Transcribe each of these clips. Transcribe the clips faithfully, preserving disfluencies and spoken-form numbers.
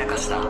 やかしだ。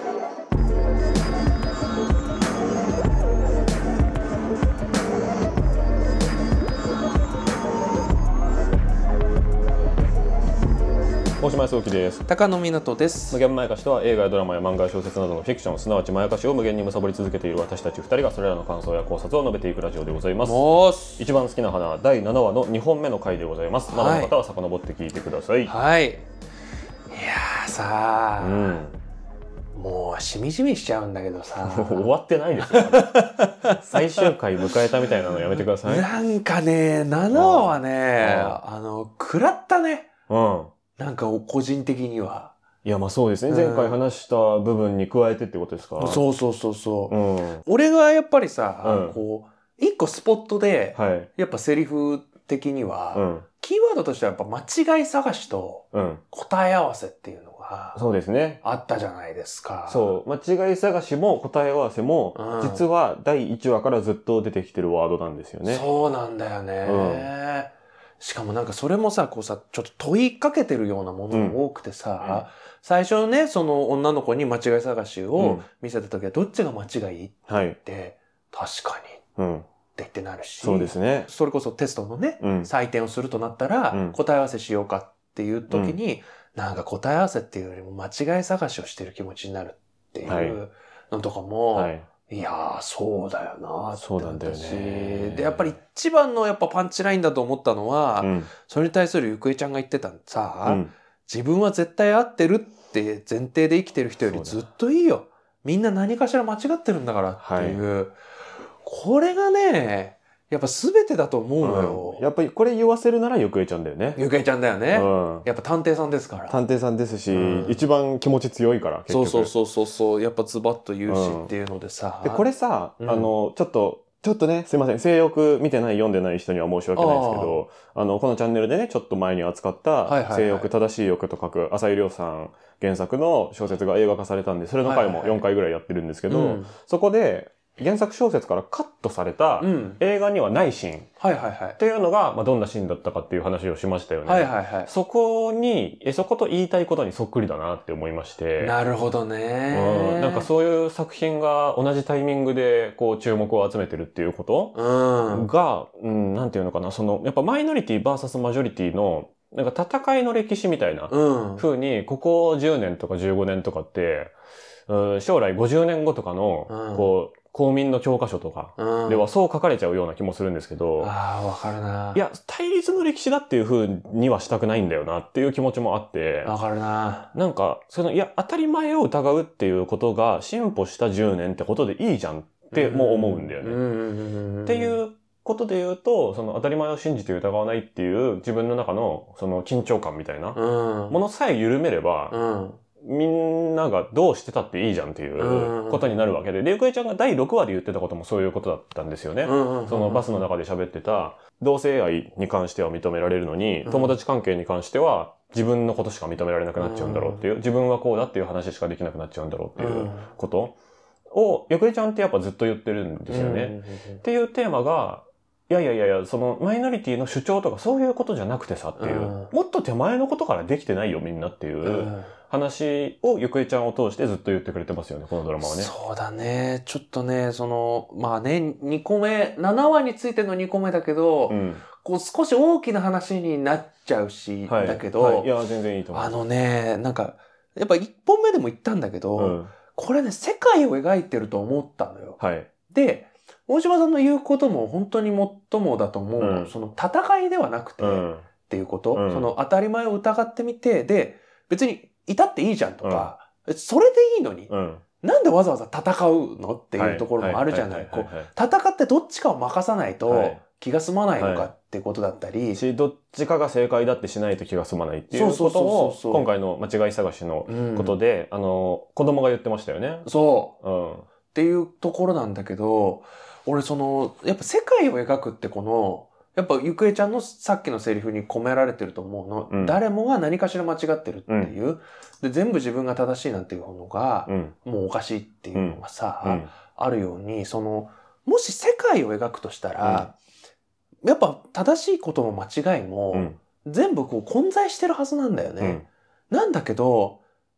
大島康之です。 高野湊です。 無限まやかしとは映画やドラマや漫画や小説などのフィクション、すなわちまやかしを無限に貪り続けている私たちふたりがそれらの感想や考察を述べていくラジオでございます。一番好きな花だいななわのにほんめの回でございます。まだの方は遡って聞いてください。 はい。いやーさー、 うん、 もうしみじみしちゃうんだけどさ終わってないですよ最終回迎えたみたいなのやめてください。 なんかねななわはねあの食らったね。 うんなんか個人的には。 いやまあそうですね、うん、前回話した部分に加えてってことですか。 そうそうそうそう、 うん、 俺がやっぱりさ、 うん、 こう一個スポットで、 はい、 やっぱセリフ的には、うん、キーワードとしてはやっぱ間違い探しと答え合わせっていうのが、 そうですね、 あったじゃないですか。 そう間違い探しも答え合わせも、うん、実はだいいちわからずっと出てきてるワードなんですよね。 そうなんだよね、うんしかもなんかそれもさ、こうさ、ちょっと問いかけてるようなものも多くてさ、うん、最初ね、その女の子に間違い探しを見せた時はどっちが間違いって言って、はい、確かに、うん、って言ってなるし、 そうですね。 それこそテストのね、うん、採点をするとなったら、うん、答え合わせしようかっていう時に、うん、なんか答え合わせっていうよりも間違い探しをしてる気持ちになるっていうのとかも、はいはいいやー、そうだよなって思ったし、で、やっぱり一番のやっぱパンチラインだと思ったのは、うん、それに対するゆくえちゃんが言ってたさ、うん、自分は絶対合ってるって前提で生きてる人よりずっといいよ。みんな何かしら間違ってるんだからっていう、はい、これがね、やっぱ全てだと思うのよ、 うん。やっぱりこれ言わせるならゆくえちゃんだよね。 ゆくえちゃんだよね、うん。やっぱ探偵さんですから。 探偵さんですし、うん、一番気持ち強いから結局。 そうそうそうそう。やっぱズバッと言うしっていうのでさ。 うん、でこれさ、うん、あのちょっとちょっとねすいません性欲見てない読んでない人には申し訳ないですけど、あのこのチャンネルでねちょっと前に扱った性欲、正しい欲と書く浅井亮さん原作の小説が映画化されたんで、それの回もよんかいぐらいやってるんですけど、はいはいはい、そこで。原作小説からカットされた映画にはないシーンっていうのが、まあ、どんなシーンだったかっていう話をしましたよね。 はいはいはい、 そこに、え、そこと言いたいことにそっくりだなって思いまして。 なるほどね、 うん。なんかそういう作品が同じタイミングでこう注目を集めてるっていうことが、うん、うん、なんていうのかな、その、やっぱマイノリティ ブイエス マジョリティのなんか戦いの歴史みたいな風に、ここじゅうねんとかじゅうごねんとかって、うん、将来ごじゅうねんごとかの、こう、公民の教科書とかではそう書かれちゃうような気もするんですけど、うん、 ああ、わかるな。 いや、対立の歴史だっていう風にはしたくないんだよなっていう気持ちもあって、 わかるな。 なんか、その、いや、当たり前を疑うっていうことが進歩したじゅうねんってことでいいじゃんってもう思うんだよね。っていうことで言うと、その当たり前を信じて疑わないっていう自分の中のその緊張感みたいなものさえ緩めれば、うんみんながどうしてたっていいじゃんっていうことになるわけで、で、ゆくえちゃんがだいろくわで言ってたこともそういうことだったんですよね。そのバスの中で喋ってた、同性愛に関しては認められるのに、友達関係に関しては自分のことしか認められなくなっちゃうんだろうっていう、自分はこうだっていう話しかできなくなっちゃうんだろうっていうことを、ゆくえちゃんってやっぱずっと言ってるんですよね。っていうテーマが、いやいやいやいや、そのマイノリティの主張とかそういうことじゃなくてさっていう、うん、もっと手前のことからできてないよみんなっていう話をゆくえちゃんを通してずっと言ってくれてますよね、このドラマはね。 そうだね。ちょっとね、その、まあね、にこめ、ななわについてのにこめだけど、うん、こう少し大きな話になっちゃうし、はい、だけど、 はい、いや、全然いいと思う。 あのね、なんか、やっぱいっぽんめでも言ったんだけど、うん、これね、世界を描いてると思ったのよ。 はい。 で、大島さんの言うことも本当にもっともだと思う、うん、その戦いではなくて、うん、っていうこと、うん、その当たり前を疑ってみて、で、別にいたっていいじゃんとか、うん、それでいいのに、うん、なんでわざわざ戦うのっていうところもあるじゃない。戦ってどっちかを任さないと気が済まないのかってことだったり、 はい、どっちかが正解だってしないと気が済まないっていうことを今回の間違い探しのことで、うん、あの子供が言ってましたよね。 そう、うん、っていうところなんだけど、俺そのやっぱ世界を描くってこのやっぱゆくえちゃんのさっきのセリフに込められてると思うの、うん、誰もが何かしら間違ってるっていう、うん、で全部自分が正しいなんていうのが、うん、もうおかしいっていうのがさ、うん、あるように、そのもし世界を描くとしたら、うん、やっぱ正しいことも間違いも、全部こう混在してるはずなんだよね、なんだけど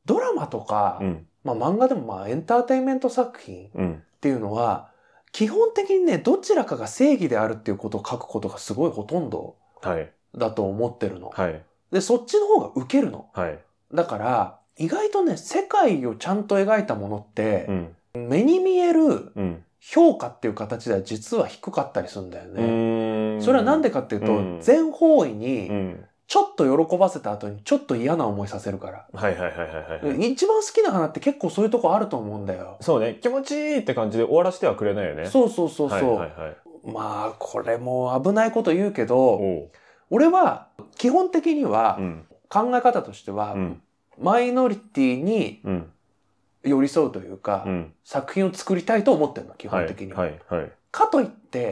ドラマとか、うん、まあ漫画でもまあエンターテインメント作品っていうのは、基本的にね、どちらかが正義であるっていうことを書くことがすごいほとんどだと思ってるの。はい、で、そっちの方が受けるの。はい、だから、意外とね、世界をちゃんと描いたものって、うん、目に見える評価っていう形では実は低かったりするんだよね。それはなんでかっていうと、うん、全方位に、うんちょっと喜ばせた後にちょっと嫌な思いさせるから。はいはいはいはいはい。一番好きな花って結構そういうとこあると思うんだよ。 そうね。気持ちいいって感じで終わらせてはくれないよね。 そうそうそうそう。はいはいはい、まあ、これも危ないこと言うけど、俺は基本的には考え方としては、うん、マイノリティに寄り添うというか、うん、作品を作りたいと思ってるの、基本的には。はいはいはい、かといって、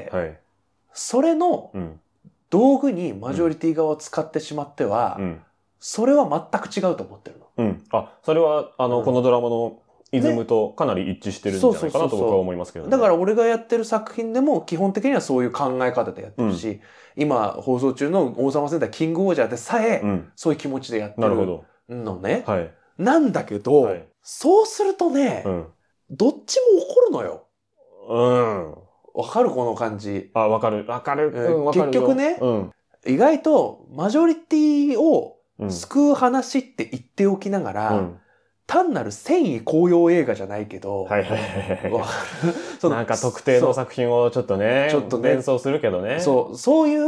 はい、それの、うん道具にマジョリティ側を使ってしまっては、うん、それは全く違うと思ってるの。 うん。あ、それは、あの、うん、このドラマのイズムとかなり一致してるんじゃないかなと僕は思いますけどね。 だから俺がやってる作品でも基本的にはそういう考え方でやってるし、うん、今放送中の王様戦隊キングオージャーでさえ、うん、そういう気持ちでやってるのね。はい、なんだけど、はい、そうするとね、うん、どっちも怒るのよ。うん。わかるこの感じ。 あ、わかる。わかる。うん、 結局ね、うん、意外とマジョリティを救う話って言っておきながら、うん、単なる戦意高揚映画じゃないけど、はいはいはいはい。なんか特定の作品をちょっとね、ちょっとね、連想するけどね。 そう、そういう、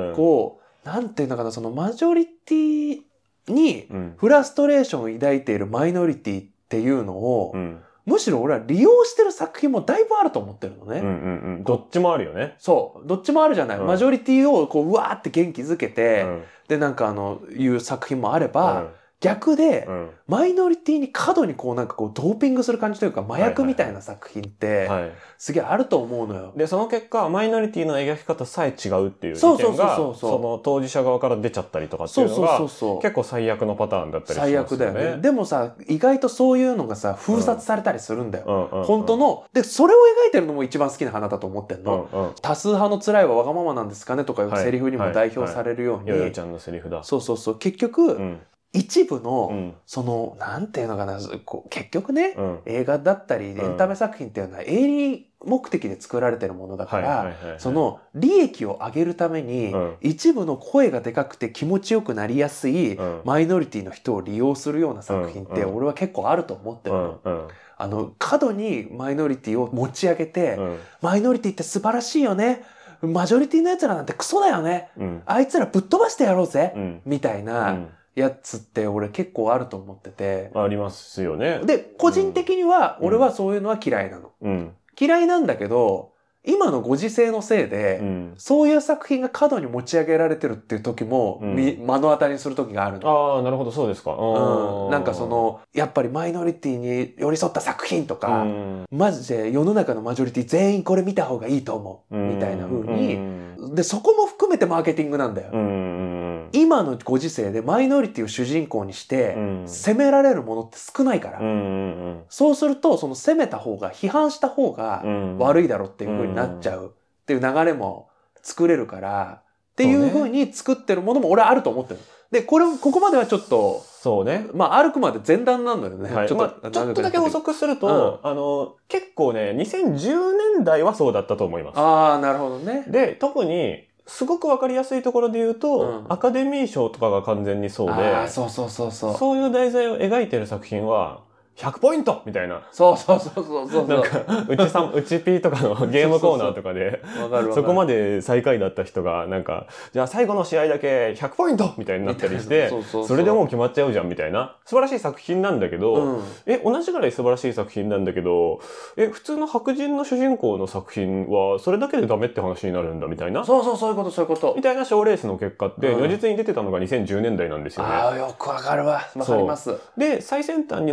うん、こう、なんていうのかな、そのマジョリティにフラストレーションを抱いているマイノリティっていうのを、うんむしろ俺は利用してる作品もだいぶあると思ってるのね。うんうんうん。どっちもあるよね。 そう。どっちもあるじゃない。うん、マジョリティをこう、うわーって元気づけて、うん、で、なんかあの、いう作品もあれば、うん、逆で、うん、マイノリティに過度にこうなんかこうドーピングする感じというか麻薬みたいな作品って、すげえあると思うのよ。 で、その結果、マイノリティの描き方さえ違うっていう意見が、その当事者側から出ちゃったりとかっていうのが、結構最悪のパターンだったりしますよね。最悪だよね。 でもさ、意外とそういうのがさ、封殺されたりするんだよ。うん、本当の。で、それを描いてるのも一番好きな花だと思ってんの。うんうん、多数派の辛いはわがままなんですかねとかいうセリフにも代表されるように。 ヨヨちゃんのセリフだ。 そうそうそう。結局、うん一部の、うん、その、なんていうのかな、こう結局ね、うん、映画だったり、エンタメ作品っていうのは営利目的で作られてるものだから、その利益を上げるために、うん、一部の声がでかくて気持ちよくなりやすい、うん、マイノリティの人を利用するような作品って、俺は結構あると思ってるの。うんうん、あの、過度にマイノリティを持ち上げて、うん、マイノリティって素晴らしいよね。マジョリティの奴らなんてクソだよね。うん、あいつらぶっ飛ばしてやろうぜ。うん、みたいな、うんやつって俺結構あると思ってて。 ありますよね。 で、個人的には俺はそういうのは嫌いなの。うん、嫌いなんだけど、今のご時世のせいで、うん、そういう作品が過度に持ち上げられてるっていう時も、うん、目の当たりにする時があるの。ああ、なるほど、そうですか。 うん、なんかその、やっぱりマイノリティに寄り添った作品とか、うん、マジで世の中のマジョリティ全員これ見た方がいいと思う。みたいな風に、うん、で、そこも含めてマーケティングなんだよ。うん今のご時世でマイノリティを主人公にして、責められるものって少ないから。うんうんうん、そうすると、その責めた方が、批判した方が悪いだろうっていう風になっちゃうっていう流れも作れるから、っていう風に作ってるものも俺はあると思ってる。で、これ、ここまではちょっと、 そうね。 まあ、歩くまで前段なんだよね。 はい、ちょっと、まあ、ちょっとだけ補足すると、うん、あの、結構ね、にせんじゅうねんだいはそうだったと思います。 ああ、なるほどね。 で、特に、すごくわかりやすいところで言うと、うん、アカデミー賞とかが完全にそうで、 あそうそうそうそう。 そういう題材を描いてる作品は、ひゃくポイントみたいな。 そうそうそうそうそう。 なんか、うちさん、うちピーとかのゲームコーナーとかで、そうそうそう、そこまで最下位だった人が、なんか、じゃあ最後の試合だけひゃくポイントみたいになったりして、そうそうそう、それでもう決まっちゃうじゃんみたいな。素晴らしい作品なんだけど、うん、え、同じぐらい素晴らしい作品なんだけど、え、普通の白人の主人公の作品は、それだけでダメって話になるんだみたいな。 そうそう、そういうこと、そういうこと。 みたいな賞レースの結果って、如実に出てたのがにせんじゅうねんだいなんですよね。 ああ、よくわかるわ。わかります。 で、最先端になってくると、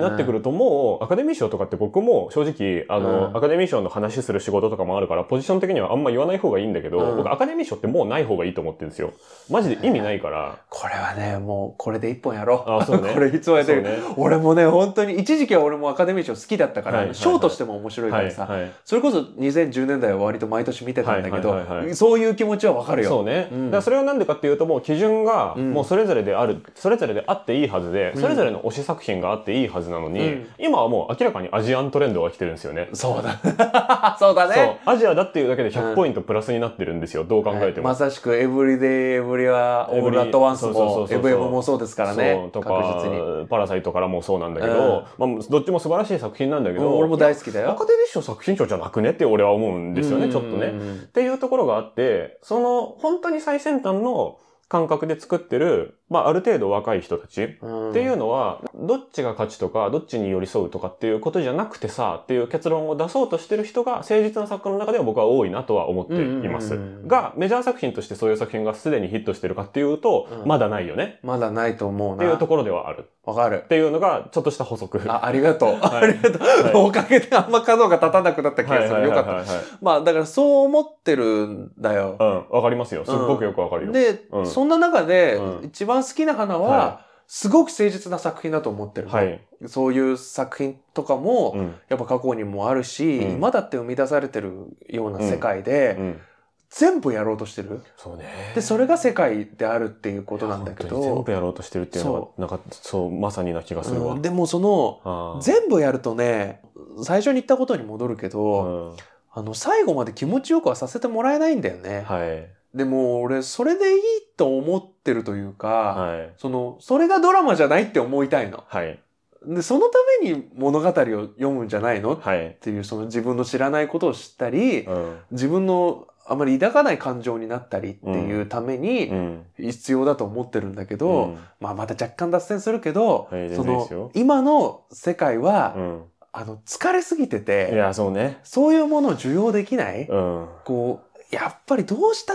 ともう、アカデミー賞とかって僕も正直、あの、うん、アカデミー賞の話する仕事とかもあるから、ポジション的にはあんま言わない方がいいんだけど、うん、僕アカデミー賞ってもうない方がいいと思ってるんですよ。マジで意味ないから。 これはね、もうこれで一本やろう。 あ、そうね。 これいつもやってる、ね。俺もね、本当に、一時期は俺もアカデミー賞好きだったから、はいはいはい、賞としても面白いからさ、はいはい、それこそにせんじゅうねんだいは割と毎年見てたんだけど、はいはいはいはい、そういう気持ちはわかるよ。 そうね。うん、だからそれはなんでかっていうと、もう基準が、もうそれぞれである、うん、それぞれであっていいはずで、それぞれの推し作品があっていいはずなのに、うん、今はもう明らかにアジアントレンドが来てるんですよね。 そうだ。そうだね。そう。 アジアだっていうだけでひゃくポイントプラスになってるんですよ。うん、どう考えても。 はい、まさしくエブリデイエブリはオールアットワンスもエブエムもそうですからね。 そうとか確実にパラサイトからもそうなんだけど、うん、まあどっちも素晴らしい作品なんだけど、うん、 俺も大好きだよ。 アカデミー賞作品賞じゃなくねって俺は思うんですよね、ちょっとね。っていうところがあって、その本当に最先端の感覚で作ってる、まあ、ある程度若い人たちっていうのは、どっちが勝ちとか、どっちに寄り添うとかっていうことじゃなくてさ、っていう結論を出そうとしてる人が、誠実な作家の中では僕は多いなとは思っています。が、メジャー作品としてそういう作品がすでにヒットしてるかっていうと、うん、まだないよね。 まだないと思うな。 っていうところではある。 わかる。 っていうのが、ちょっとした補足。 あ、ありがとう。はい、ありがとう、はい。おかげであんま角が立たなくなった気がする。よかった。まあ、だからそう思ってるんだよ。 うん、わかりますよ。すっごくよくわかるよ。 うん、で、うん、そんな中で、一番好きな花は、はい、すごく誠実な作品だと思ってる、はい、そういう作品とかも、うん、やっぱ過去にもあるし、うん、今だって生み出されてるような世界で、うんうん、全部やろうとしてる。 そうね。 で、それが世界であるっていうことなんだけど。 全部やろうとしてるっていうのは、なんか、そう、まさにな気がするわ。 うん、でもその、全部やるとね、最初に言ったことに戻るけど、うん、あの、最後まで気持ちよくはさせてもらえないんだよね。はい。でも俺それでいいと思ってるというか、はい、そのそれがドラマじゃないって思いたいの。はい、でそのために物語を読むんじゃないの、はい、っていうその自分の知らないことを知ったり、うん、自分のあまり抱かない感情になったりっていうために必要だと思ってるんだけど、うん、まあまた若干脱線するけど、はい、その今の世界は、うん、あの疲れすぎてて、 いやそうね、 そういうものを受容できない、うん、こうやっぱりどうしたって、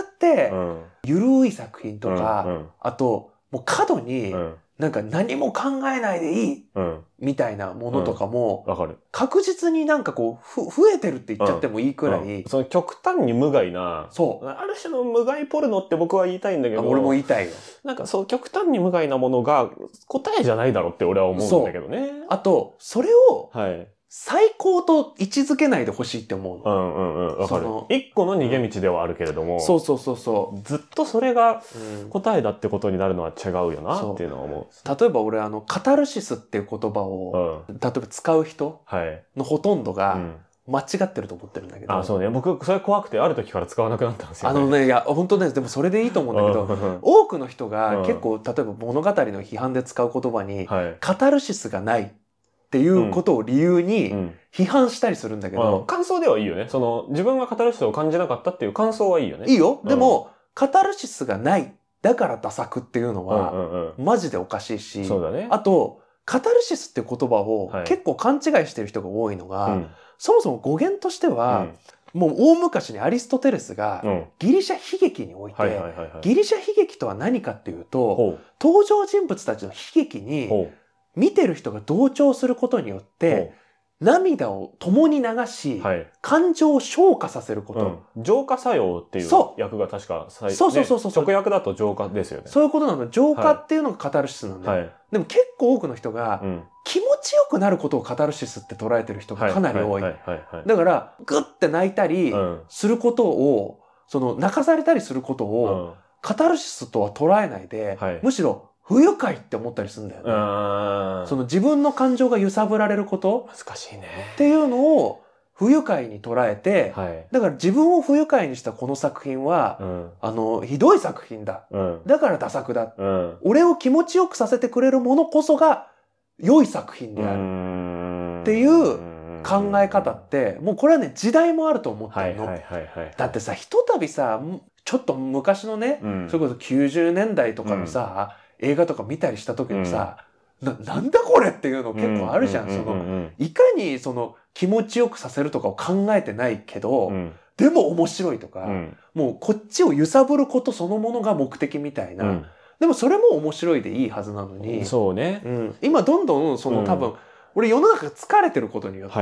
ゆるい作品とか、うんうん、あと、もう過度に、なんか何も考えないでいい、うん、みたいなものとかも、 わかる。 確実になんかこう、ふ、増えてるって言っちゃってもいいくらい。うんうん、 その極端に無害な、そう。ある種の無害ポルノって僕は言いたいんだけど、 俺も言いたいよ。 なんかそう極端に無害なものが答えじゃないだろうって俺は思うんだけどね。 あと、それを、はい。最高と位置づけないでほしいって思うの。 うんうんうん。わかる。一個の逃げ道ではあるけれども、うん。 そうそうそうそう。 ずっとそれが答えだってことになるのは違うよなっていうのは思う。 例えば俺あの、カタルシスっていう言葉を、うん、例えば使う人のほとんどが間違ってると思ってるんだけど。 あ、そうね。僕、それ怖くてある時から使わなくなったんですよ、 ね。あのね、いや、本当ね、でもそれでいいと思うんだけど、多くの人が結構、例えば物語の批判で使う言葉に、はい、カタルシスがない。っていうことを理由に批判したりするんだけど、 うんうん、感想ではいいよね。その自分がカタルシスを感じなかったっていう感想はいいよね。 いいよ。でも、うん、カタルシスがないだからダ作っていうのは、うんうんうん、マジでおかしいし、 そうだね。 あとカタルシスっていう言葉を結構勘違いしてる人が多いのが、はい、そもそも語源としては、うん、もう大昔にアリストテレスがギリシャ悲劇において、ギリシャ悲劇とは何かっていうと、登場人物たちの悲劇に見てる人が同調することによって、涙を共に流し、はい、感情を昇華させること。 うん、浄化作用っていう役が確か、 そうそうそうそう、 直訳だと浄化ですよね。 そういうことなの。浄化っていうのがカタルシスなんだよ。はい、でも結構多くの人が、うん、気持ちよくなることをカタルシスって捉えてる人がかなり多い。だから、グッて泣いたりすることを、うん、その泣かされたりすることを、うん、カタルシスとは捉えないで、はい、むしろ、不愉快って思ったりするんだよね。その自分の感情が揺さぶられること。 難しいね。 っていうのを不愉快に捉えて、はい、だから自分を不愉快にしたこの作品は、うん、あの、ひどい作品だ。うん、だからダ作だ、うん。俺を気持ちよくさせてくれるものこそが良い作品である。っていう考え方って、もうこれはね、時代もあると思ってるの。だってさ、ひとたびさ、ちょっと昔のね、うん、それこそきゅうじゅうねんだいとかのさ、映画とか見たりした時にさ、うん、な、なんだこれっていうの結構あるじゃん。その、いかにその気持ちよくさせるとかを考えてないけど、うん、でも面白いとか、うん、もうこっちを揺さぶることそのものが目的みたいな。うん、でもそれも面白いでいいはずなのに。 そうね。 うん、今どんどんその多分、 俺世の中が疲れてることによって、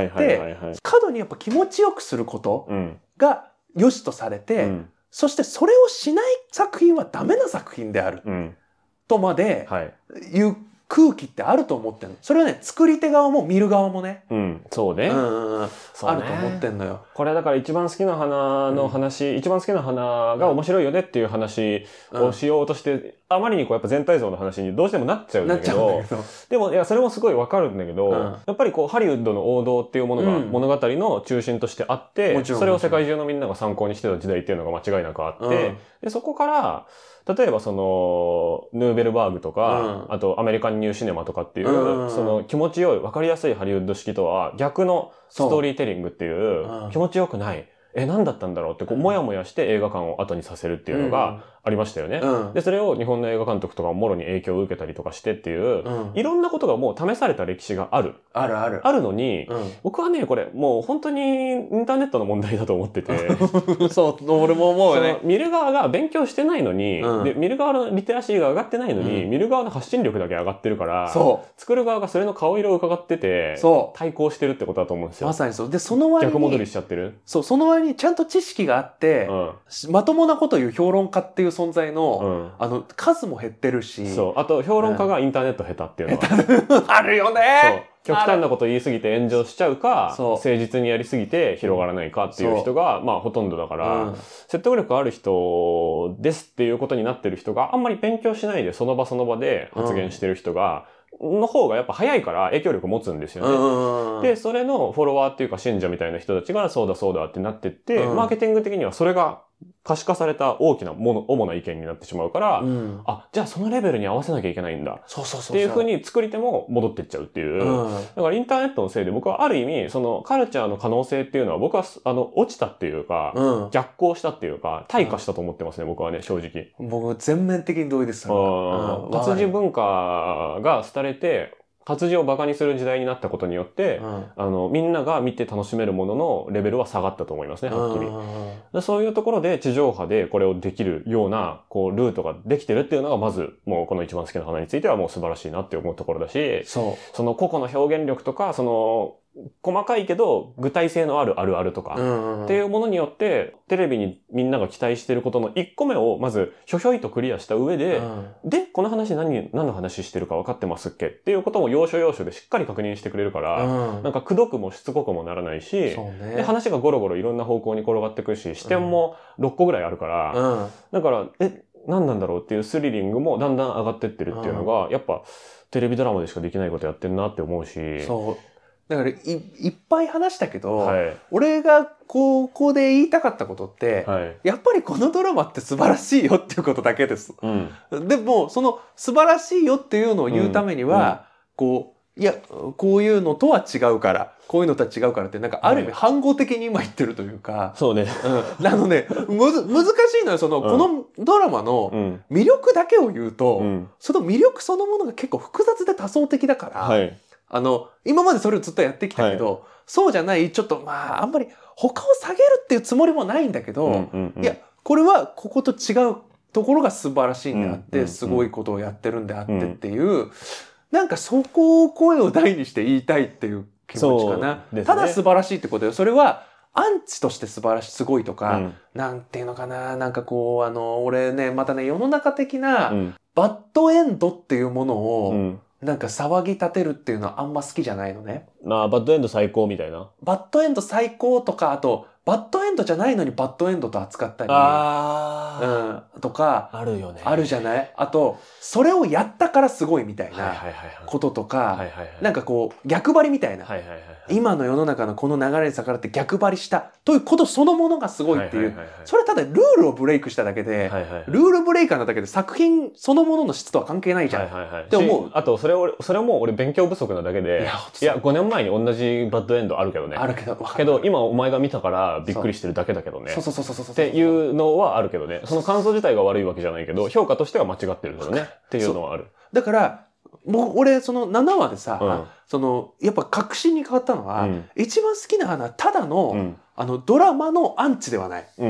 過度にやっぱ気持ちよくすることが良しとされて、うん、そしてそれをしない作品はダメな作品である、うん、とまでいう空気ってあると思ってんの。それはね、作り手側も見る側もね。 うん、そうね。 うんうん、そうね。あると思ってんのよ。 これだから一番好きな花の話、うん、一番好きな花が面白いよねっていう話をしようとして、うん、あまりにこうやっぱ全体像の話にどうしてもなっちゃうんだけど、だけどでもいやそれもすごいわかるんだけど、うん、やっぱりこうハリウッドの王道っていうものが物語の中心としてあって、うん、それを世界中のみんなが参考にしてた時代っていうのが間違いなくあって、うん、でそこから例えばそのヌーベルバーグとか、うん、あとアメリカンニューシネマとかっていう、うん、その気持ちよい分かりやすいハリウッド式とは逆のストーリーテリングっていう、うん、気持ちよくないえ何だったんだろうってこうもやもやして映画館を後にさせるっていうのがありましたよね、うん、でそれを日本の映画監督とかもろに影響を受けたりとかしてっていう、うん、いろんなことがもう試された歴史があるあるあるあるのに、うん、僕はねこれもう本当にインターネットの問題だと思っててそう俺も思うよね。 見る側が勉強してないのに、うん、で見る側のリテラシーが上がってないのに、うん、見る側の発信力だけ上がってるからそう作る側がそれの顔色を伺っててそう対抗してるってことだと思うんですよ。 まさにそうでその割に逆戻りしちゃってるそうその割にちゃんと知識があって、うん、まともなこと言う評論家っていう存在の、うん、あの数も減ってるしそうあと評論家がインターネット下手っていうのは、うん、あるよね極端なこと言いすぎて炎上しちゃうか誠実にやりすぎて広がらないかっていう人がまあほとんどだから、うん、説得力ある人ですっていうことになってる人があんまり勉強しないでその場その場で発言してる人が、うん、の方がやっぱ早いから影響力持つんですよね、うん、でそれのフォロワーっていうか信者みたいな人たちがそうだそうだってなってって、うん、マーケティング的にはそれが可視化された大きなもの、主な意見になってしまうから、うん、あ、じゃあそのレベルに合わせなきゃいけないんだ。そうそうそうそう。っていう風に作り手も戻ってっちゃうっていう。うん、だからインターネットのせいで僕はある意味、そのカルチャーの可能性っていうのは僕は、あの、落ちたっていうか、うん、逆行したっていうか、退化したと思ってますね、僕はね、正直。 僕、全面的に同意です。 活字文化が廃れて、活字をバカにする時代になったことによって、うん、あの、みんなが見て楽しめるもののレベルは下がったと思いますね、はっきり。でそういうところで地上波でこれをできるような、こう、ルートができてるっていうのが、まず、もうこの一番好きな花についてはもう素晴らしいなって思うところだし、そう。その個々の表現力とか、その、細かいけど具体性のあるあるあるとかっていうものによってテレビにみんなが期待してることのいっこめをまずひょひょいとクリアした上で、うん、でこの話何何の話してるか分かってますっけっていうことも要所要所でしっかり確認してくれるから、うん、なんかくどくもしつこくもならないし、そうね、で話がゴロゴロいろんな方向に転がってくるし視点もろっこぐらいあるから、うん、だからえ何なんだろうっていうスリリングもだんだん上がってってるっていうのが、うん、やっぱテレビドラマでしかできないことやってるなって思うし。 そうだから い, いっぱい話したけど、はい、俺がここで言いたかったことって、はい、やっぱりこのドラマって素晴らしいよっていうことだけです。うん、でもその素晴らしいよっていうのを言うためには、うんうん、こういやこういうのとは違うからこういうのとは違うからってなんかある意味反語的に今言ってるというか、 はい、そうね、 うん、なのでむず難しいのよその、うん、このドラマの魅力だけを言うと、うん、その魅力そのものが結構複雑で多層的だから、はいあの、今までそれをずっとやってきたけど、はい、そうじゃない、ちょっとまあ、あんまり他を下げるっていうつもりもないんだけど、うんうんうん、いや、これはここと違うところが素晴らしいんであって、うんうんうん、すごいことをやってるんであってっていう、うん、なんかそこを声を大にして言いたいっていう気持ちかな。ね、ただ素晴らしいってことよ。それは、アンチとして素晴らしい、すごいとか、うん、なんていうのかな、なんかこう、あの、俺ね、またね、世の中的な、バッドエンドっていうものを、うんなんか騒ぎ立てるっていうのはあんま好きじゃないのね。 まあ、バッドエンド最高みたいな。 バッドエンド最高とか、あと、バッドエンドじゃないのにバッドエンドと扱ったり。あうん。とか。 あるよね。 あるじゃないあと、それをやったからすごいみたいなこととか、なんかこう、逆張りみたいな。はいはいはいはい、今の世の中のこの流れに逆らって逆張りしたということそのものがすごいっていう。はいはいはいはい、それはただルールをブレイクしただけで、はいはいはい、ルールブレイカーなだけで作品そのものの質とは関係ないじゃん。はいはいはい、 って思う。あと、それを、それも俺勉強不足なだけで、いや、いやごねんまえに同じバッドエンドあるけどね。 あるけど。 けど、今お前が見たからびっくりしてるだけだけどね。そうそうそうそうそう。っていうのはあるけどね。その感想自体が悪いわけじゃないけど、評価としては間違ってるけどね。っていうのはある。 だから、もう俺、そのななわでさ、うん、その、やっぱ確信に変わったのは、うん、一番好きな花はただの、うん、あの、ドラマのアンチではない。うん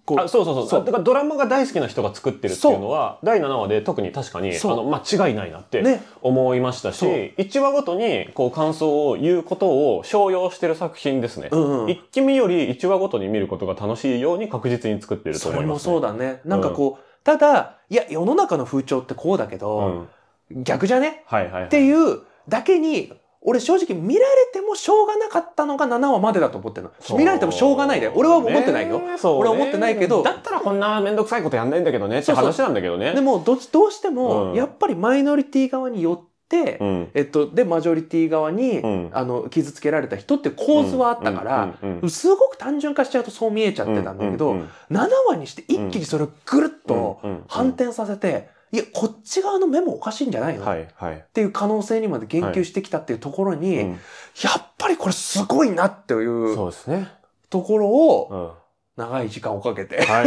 構。 あ、そうそうそう。そうだからドラマが大好きな人が作ってるっていうのは、だいななわで特に確かに、あの、間違いないなって思いましたし、ね、いちわごとにこう感想を言うことを商用してる作品ですね。うんうん、一気見よりいちわごとに見ることが楽しいように確実に作ってると思います、ね。 それもそうだね。なんかこう、うん、ただ、いや、世の中の風潮ってこうだけど、うん、逆じゃね、はいはいはい、っていうだけに、俺正直見られてもしょうがなかったのがななわまでだと思ってるの。見られてもしょうがないで。俺は思ってないよ。俺は思ってないけど。 だったらこんなめんどくさいことやんないんだけどねって話なんだけどね。 でもど、どうしても、やっぱりマイノリティ側によって、うん、えっと、で、マジョリティ側に、うん、あの、傷つけられた人って構図はあったから、すごく単純化しちゃうとそう見えちゃってたんだけど、ななわにして一気にそれをぐるっと反転させて、いや、こっち側のメモおかしいんじゃないの、はいはい、っていう可能性にまで言及してきたっていうところに、はいうん、やっぱりこれすごいなっていうところを長い時間をかけて、はい、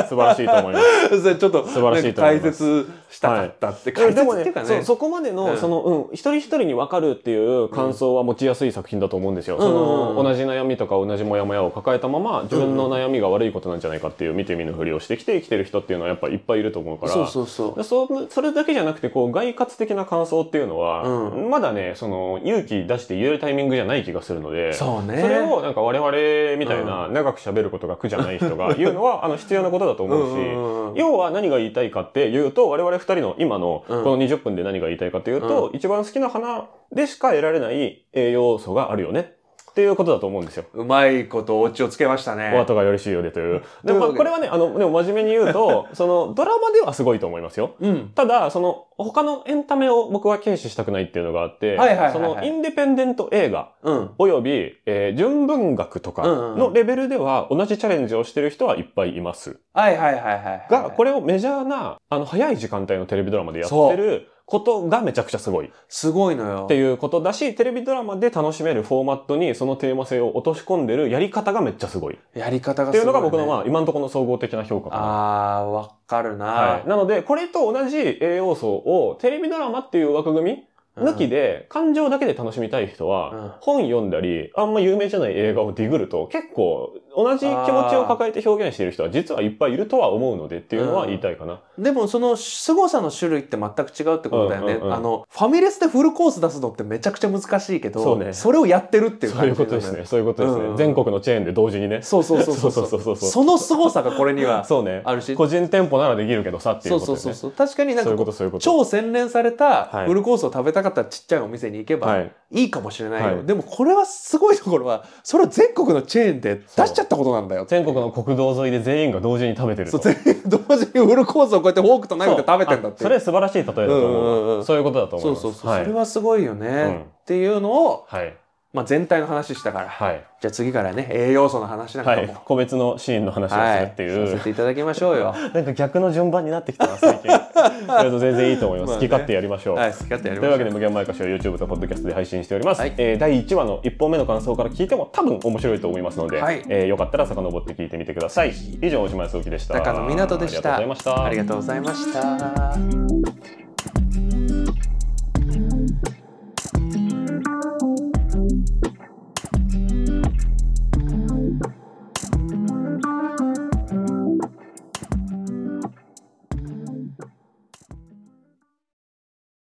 素晴らしいと思います。 それちょっと、素晴らしいと思います。解説したかったって、はい、解説っていうかね。 そう、そこまでの、うん、その、うん、一人一人に分かるっていう感想は持ちやすい作品だと思うんですよ。うん、その、同じ悩みとか同じモヤモヤを抱えたまま、自分の悩みが悪いことなんじゃないかっていう見て見ぬふりをしてきて生きてる人っていうのはやっぱいっぱいいると思うから。そうそうそう。そ, それだけじゃなくて、こう、概括的な感想っていうのは、うん、まだね、その、勇気出して言えるタイミングじゃない気がするので、そうね。それをなんか我々みたいな長く喋ることが苦じゃない人が、いうのは、あの、必要なことだと思うし、うんうん、要は何が言いたいかっていうと、我々二人の今の、このにじゅっぷんで何が言いたいかっていうと、うん、一番好きな花でしか得られない栄養素があるよね。っていうことだと思うんですよ。 うまいことオチをつけましたね。 お後がよろしいようでという。でも、まあ、これはね、あの、でも真面目に言うと、その、ドラマではすごいと思いますよ。うん。ただ、その、他のエンタメを僕は軽視したくないっていうのがあって、はいはいはいはい、その、インディペンデント映画、うん、および、えー、純文学とかのレベルでは同じチャレンジをしてる人はいっぱいいます。 はいはいはいはい、はい。 が、これをメジャーな、あの、早い時間帯のテレビドラマでやってる、ことがめちゃくちゃすごい。 すごいのよ。 っていうことだし、テレビドラマで楽しめるフォーマットにそのテーマ性を落とし込んでるやり方がめっちゃすごい。 やり方がすごい、ね。 っていうのが僕のまあ今のところの総合的な評価かな。 あー、わかるな、 はい。なので、これと同じ栄養素をテレビドラマっていう枠組み抜きで、感情だけで楽しみたい人は、本読んだり、あんま有名じゃない映画をディグると、結構、同じ気持ちを抱えて表現している人は実はいっぱいいるとは思うのでっていうのは言いたいかな。 うん、でもその凄さの種類って全く違うってことだよね。うんうんうん、あの、ファミレスでフルコース出すのってめちゃくちゃ難しいけど、そうね、それをやってるっていう感じ、ね、 そういうことですね。そういうことですね。うんうん、全国のチェーンで同時にね。 そうそうそうそう。そうそうそうそうその凄さがこれにはあるし。 そうね。個人店舗ならできるけどさっていうことですね。そうそうそう。 確かになんかこう、そういうこと超洗練されたフルコースを食べたかったらちっちゃいお店に行けば、はい、いいかもしれないよ、はい、でもこれはすごいところはそれを全国のチェーンで出しちゃったことなんだよ。 全国の国道沿いで全員が同時に食べてると。 そう、全員同時にフルコースをこうやってフォークとナイフで食べてんだって。 それ素晴らしい例えだと思う、うんうん、そういうことだと思います。 そうそうそう、はい、それはすごいよね、うん、っていうのを、はい、まあ、全体の話したから、はい、じゃあ次からね栄養素の話なんかも、はい、 個別のシーンの話をするっていう、 はい、させていただきましょうよ。 なんか逆の順番になってきたな最近。全然いいと思います。まあね、好き勝手やりましょう。はい、好き勝手やりましょう。というわけで無限まやかしは YouTube と Podcast で配信しております。はい、えー、だいいちわのいっぽんめの感想から聞いても多分面白いと思いますので、はい、えー、よかったら遡って聞いてみてください。以上大島康之でした。 高野湊でした。 ありがとうございました。 ありがとうございました。